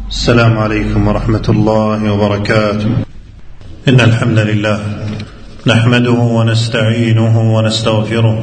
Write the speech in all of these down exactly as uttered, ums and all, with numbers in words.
السلام عليكم ورحمة الله وبركاته. إن الحمد لله نحمده ونستعينه ونستغفره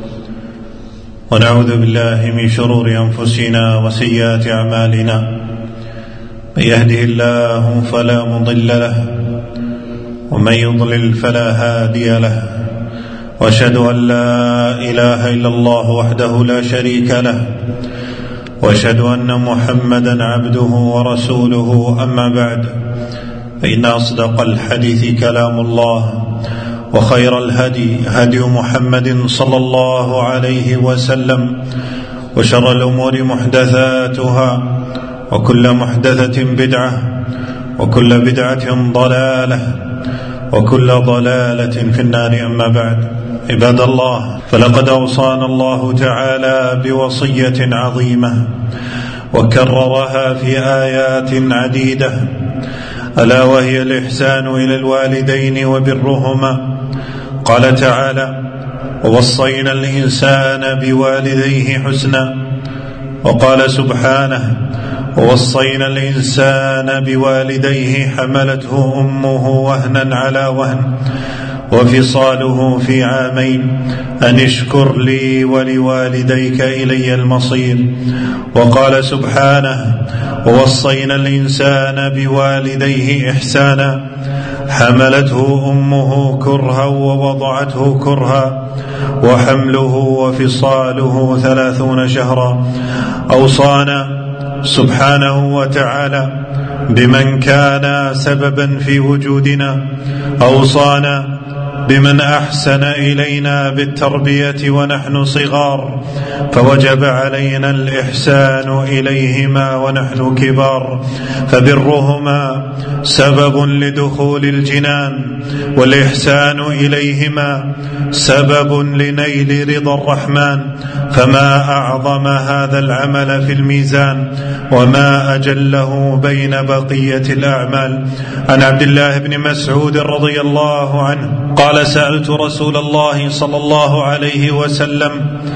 ونعوذ بالله من شرور أنفسنا وسيئات أعمالنا. من يهده الله فلا مضل له ومن يضلل فلا هادي له، وأشهد أن لا إله إلا الله وحده لا شريك له، وأشهد أن محمدا عبده ورسوله. أما بعد، فإن أصدق الحديث كلام الله، وخير الهدي هدي محمد صلى الله عليه وسلم، وشر الأمور محدثاتها، وكل محدثة بدعة، وكل بدعة ضلالة، وكل ضلالة في النار. أما بعد، عباد الله، فلقد أوصانا الله تعالى بوصية عظيمة وكررها في آيات عديدة، ألا وهي الإحسان إلى الوالدين وبرهما. قال تعالى: ووصينا الإنسان بوالديه حسنا. وقال سبحانه: ووصينا الإنسان بوالديه حملته أمه وهنا على وهن وفصاله في عامين أن اشكر لي ولوالديك إلي المصير. وقال سبحانه: ووصينا الإنسان بوالديه إحسانا حملته أمه كرها ووضعته كرها وحمله وفصاله ثلاثون شهرا. أوصانا سبحانه وتعالى بمن كان سببا في وجودنا، أوصانا بمن أحسن إلينا بالتربية ونحن صغار، فوجب علينا الإحسان إليهما ونحن كبار، فبرهما سبب لدخول الجنان، والإحسان إليهما سبب لنيل رضا الرحمن. فما أعظم هذا العمل في الميزان، وما أجله بين بقية الأعمال. عن عبد الله بن مسعود رضي الله عنه قال: سألت رسول الله صلى الله عليه وسلم: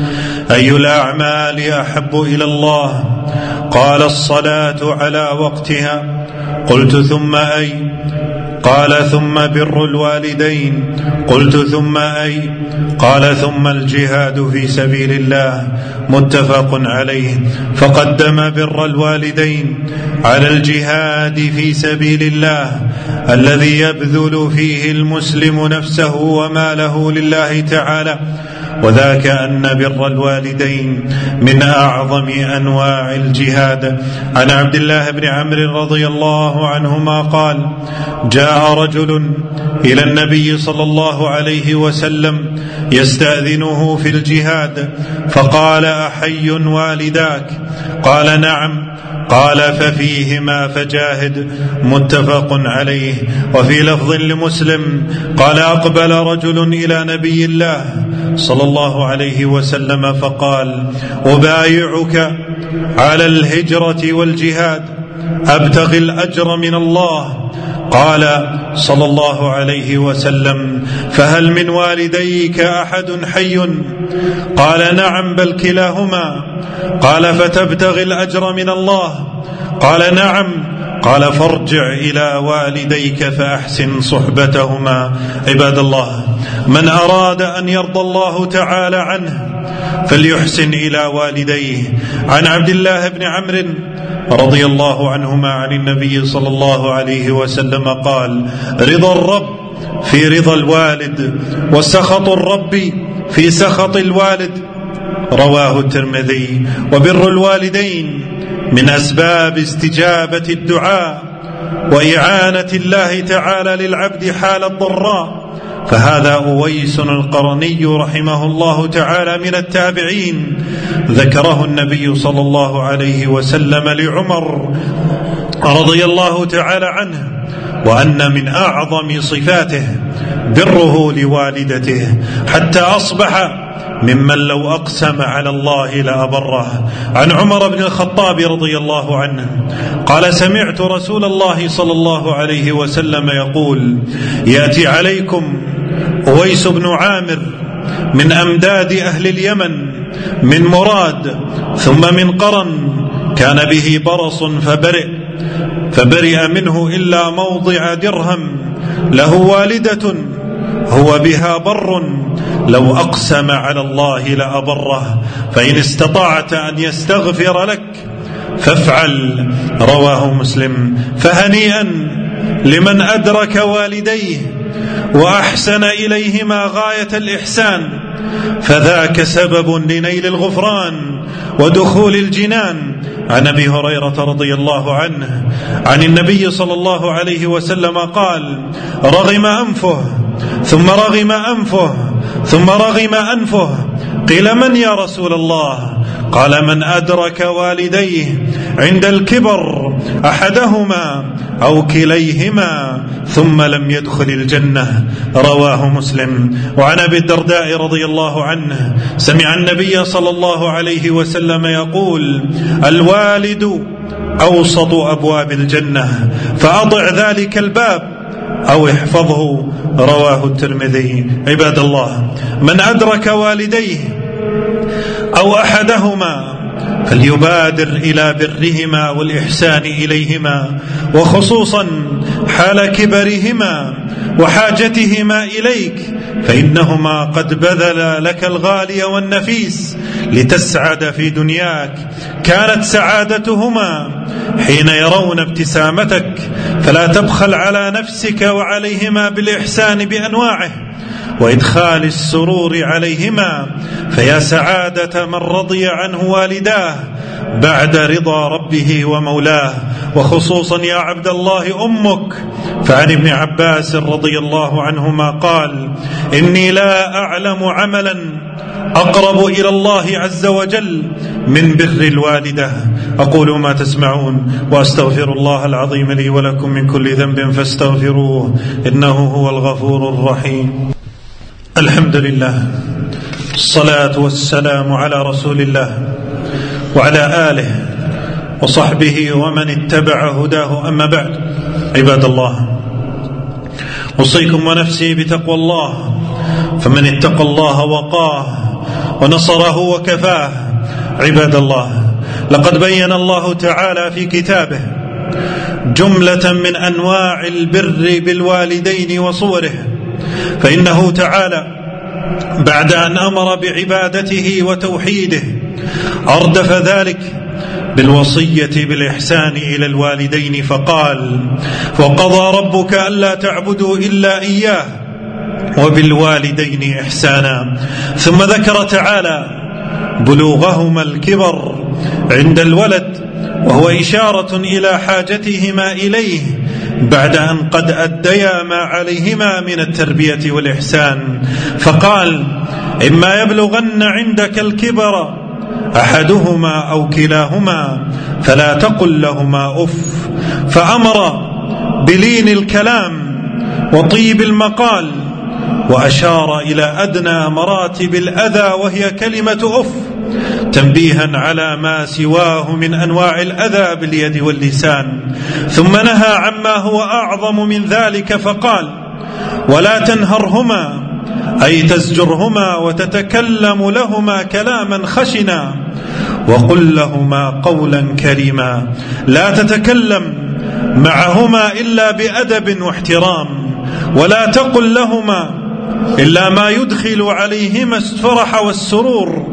أي الأعمال أحب إلى الله؟ قال: الصلاة على وقتها. قلت: ثم أي؟ قال: ثم بر الوالدين. قلت: ثم أي؟ قال: ثم الجهاد في سبيل الله. متفق عليه. فقدم بر الوالدين على الجهاد في سبيل الله الذي يبذل فيه المسلم نفسه وماله لله تعالى، وذاك أن بر الوالدين من أعظم أنواع الجهاد. عن عبد الله بن عمرو رضي الله عنهما قال: جاء رجل إلى النبي صلى الله عليه وسلم يستأذنه في الجهاد، فقال: أحي والداك؟ قال: نعم. قال: ففيهما فجاهد. متفق عليه. وفي لفظ لمسلم قال: أقبل رجل إلى نبي الله صلى الله عليه وسلم فقال: أبايعك على الهجرة والجهاد أبتغي الأجر من الله. قال صلى الله عليه وسلم: فهل من والديك أحد حي؟ قال: نعم، بل كلاهما. قال: فتبتغي الأجر من الله؟ قال: نعم. قال: فارجع إلى والديك فأحسن صحبتهما. عباد الله، من أراد أن يرضى الله تعالى عنه فليحسن إلى والديه. عن عبد الله بن عمرو رضي الله عنهما عن النبي صلى الله عليه وسلم قال: رضا الرب في رضا الوالد، وسخط الرب في سخط الوالد. رواه الترمذي. وبر الوالدين من أسباب استجابة الدعاء وإعانة الله تعالى للعبد حال الضراء. فهذا أويس القرني رحمه الله تعالى من التابعين، ذكره النبي صلى الله عليه وسلم لعمر رضي الله تعالى عنه، وأن من أعظم صفاته بره لوالدته، حتى أصبح ممن لو أقسم على الله لأبره. عن عمر بن الخطاب رضي الله عنه قال: سمعت رسول الله صلى الله عليه وسلم يقول: يأتي عليكم أويس بن عامر من أمداد أهل اليمن، من مراد ثم من قرن، كان به برص فبرئ فبرئ منه إلا موضع درهم، له والدة هو بها بر، لو أقسم على الله لأبره، فإن استطعت أن يستغفر لك فافعل. رواه مسلم. فهنيئا لمن أدرك والديه وأحسن إليهما غاية الإحسان، فذاك سبب لنيل الغفران ودخول الجنان. عن أبي هريرة رضي الله عنه عن النبي صلى الله عليه وسلم قال: رغم أنفه ثم رغم أنفه ثم رغم أنفه. قيل: من يا رسول الله؟ قال: من أدرك والديه عند الكبر أحدهما أو كليهما ثم لم يدخل الجنة. رواه مسلم. وعن أبي الدرداء رضي الله عنه سمع النبي صلى الله عليه وسلم يقول: الوالد أوسط أبواب الجنة، فأضع ذلك الباب أو احفظه. رواه الترمذي. عباد الله، من أدرك والديه أو أحدهما فليبادر إلى برهما والإحسان إليهما، وخصوصا حال كبرهما وحاجتهما إليك، فإنهما قد بذلا لك الغالي والنفيس لتسعد في دنياك. كانت سعادتهما حين يرون ابتسامتك، فلا تبخل على نفسك وعليهما بالإحسان بأنواعه وإدخال السرور عليهما، فيا سعادة من رضي عنه والداه بعد رضا ربه ومولاه، وخصوصا يا عبد الله أمك. فعن ابن عباس رضي الله عنهما قال: إني لا أعلم عملا أقرب إلى الله عز وجل من بر الوالدة. أقول ما تسمعون وأستغفر الله العظيم لي ولكم من كل ذنب فاستغفروه إنه هو الغفور الرحيم. الحمد لله، الصلاة والسلام على رسول الله وعلى آله وصحبه ومن اتبع هداه، أما بعد. عباد الله، أوصيكم ونفسي بتقوى الله، فمن اتقى الله وقاه ونصره وكفاه. عباد الله، لقد بين الله تعالى في كتابه جملة من أنواع البر بالوالدين وصوره، فإنه تعالى بعد أن أمر بعبادته وتوحيده أردف ذلك بالوصية بالإحسان إلى الوالدين، فقال: وقضى ربك ألا تعبدوا إلا إياه وبالوالدين إحسانا. ثم ذكر تعالى بلوغهما الكبر عند الولد، وهو إشارة إلى حاجتهما إليه بعد أن قد أديا ما عليهما من التربية والإحسان، فقال: إما يبلغن عندك الكبر أحدهما أو كلاهما فلا تقل لهما أف. فأمر بلين الكلام وطيب المقال، وأشار إلى أدنى مراتب الأذى وهي كلمة أف، تنبيها على ما سواه من أنواع الأذى باليد واللسان. ثم نهى عما هو أعظم من ذلك فقال: ولا تنهرهما، أي تزجرهما وتتكلم لهما كلاما خشنا، وقل لهما قولا كريما. لا تتكلم معهما إلا بأدب واحترام، ولا تقل لهما إلا ما يدخل عليهما الفرح والسرور،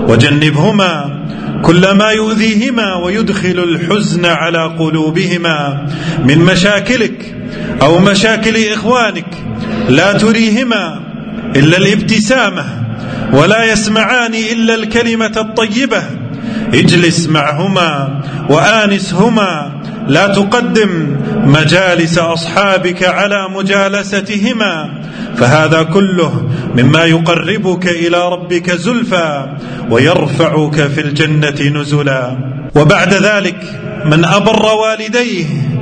وجنبهما كل ما يؤذيهما ويدخل الحزن على قلوبهما من مشاكلك أو مشاكل إخوانك. لا تريهما إلا الابتسامة، ولا يسمعان إلا الكلمة الطيبة. اجلس معهما وآنسهما، لا تقدم مجالس أصحابك على مجالستهما، فهذا كله مما يقربك إلى ربك زلفى ويرفعك في الجنة نزلا. وبعد ذلك من أبر والديه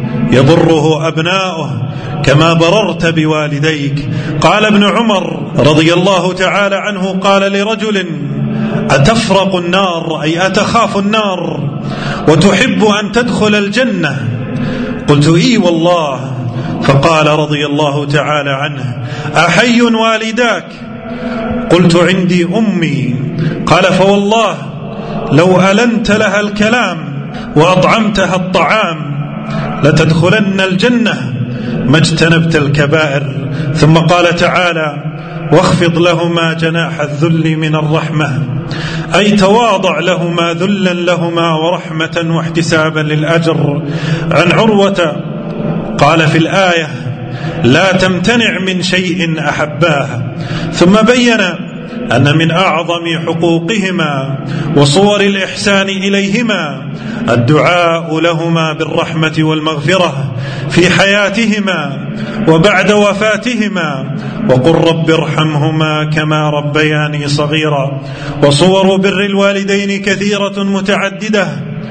يضره أبناؤه كما بررت بوالديك. قال ابن عمر رضي الله تعالى عنه قال لرجل: أتفرق النار، أي أتخاف النار وتحب أن تدخل الجنة؟ قلت: إي والله. فقال رضي الله تعالى عنه: أحي والداك؟ قلت: عندي أمي. قال: فوالله لو ألنت لها الكلام وأطعمتها الطعام لتدخلن الجنة ما اجتنبت الكبائر. ثم قال تعالى: واخفض لهما جناح الذل من الرحمة، أي تواضع لهما ذلا لهما ورحمة واحتسابا للأجر. عن عروة قال في الآية: لا تمتنع من شيء أحباه. ثم بين أن من أعظم حقوقهما وصور الإحسان إليهما الدعاء لهما بالرحمة والمغفرة في حياتهما وبعد وفاتهما، وقل رب ارحمهما كما ربياني صغيرا. وصور بر الوالدين كثيرة متعددة،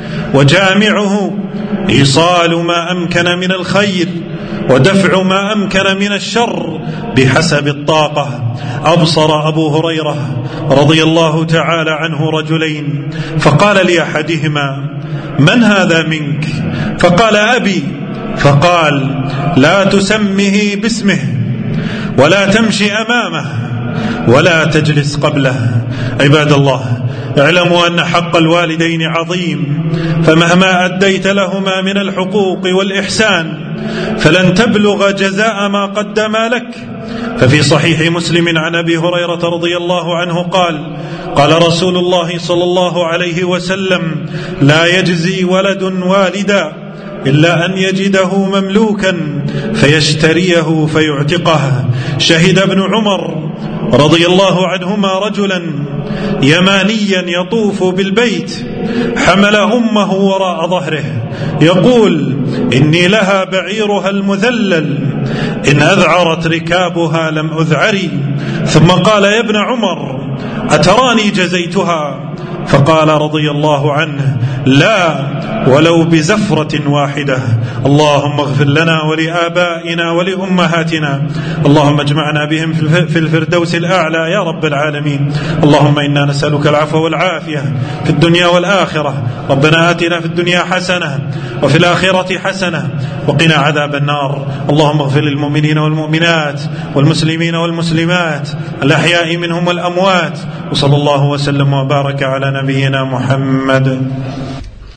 وجامعه إيصال ما أمكن من الخير ودفع ما أمكن من الشر بحسب الطاقة. أبصر أبو هريرة رضي الله تعالى عنه رجلين، فقال لأحدهما: من هذا منك؟ فقال: أبي. فقال: لا تسمه باسمه، ولا تمشي أمامه، ولا تجلس قبله. عباد الله، اعلموا أن حق الوالدين عظيم، فمهما أديت لهما من الحقوق والإحسان فلن تبلغ جزاء ما قدما لك. ففي صحيح مسلم عن أبي هريرة رضي الله عنه قال: قال رسول الله صلى الله عليه وسلم: لا يجزي ولد والدا إلا أن يجده مملوكا فيشتريه فيعتقه. شهد ابن عمر رضي الله عنهما رجلا يمانيا يطوف بالبيت، حمل أمه وراء ظهره يقول: إني لها بعيرها المذلل، إن أذعرت ركابها لم أذعري. ثم قال: يا ابن عمر، أتراني جزيتها؟ فقال رضي الله عنه: لا، ولو بزفرة واحدة. اللهم اغفر لنا ولآبائنا ولأمهاتنا، اللهم اجمعنا بهم في الفردوس الأعلى يا رب العالمين. اللهم إنا نسألك العفو والعافية في الدنيا والآخرة. ربنا آتنا في الدنيا حسنة وفي الآخرة حسنة وقنا عذاب النار. اللهم اغفر للمؤمنين والمؤمنات والمسلمين والمسلمات الأحياء منهم والأموات، وصلى الله وسلم وبارك على نبينا محمد.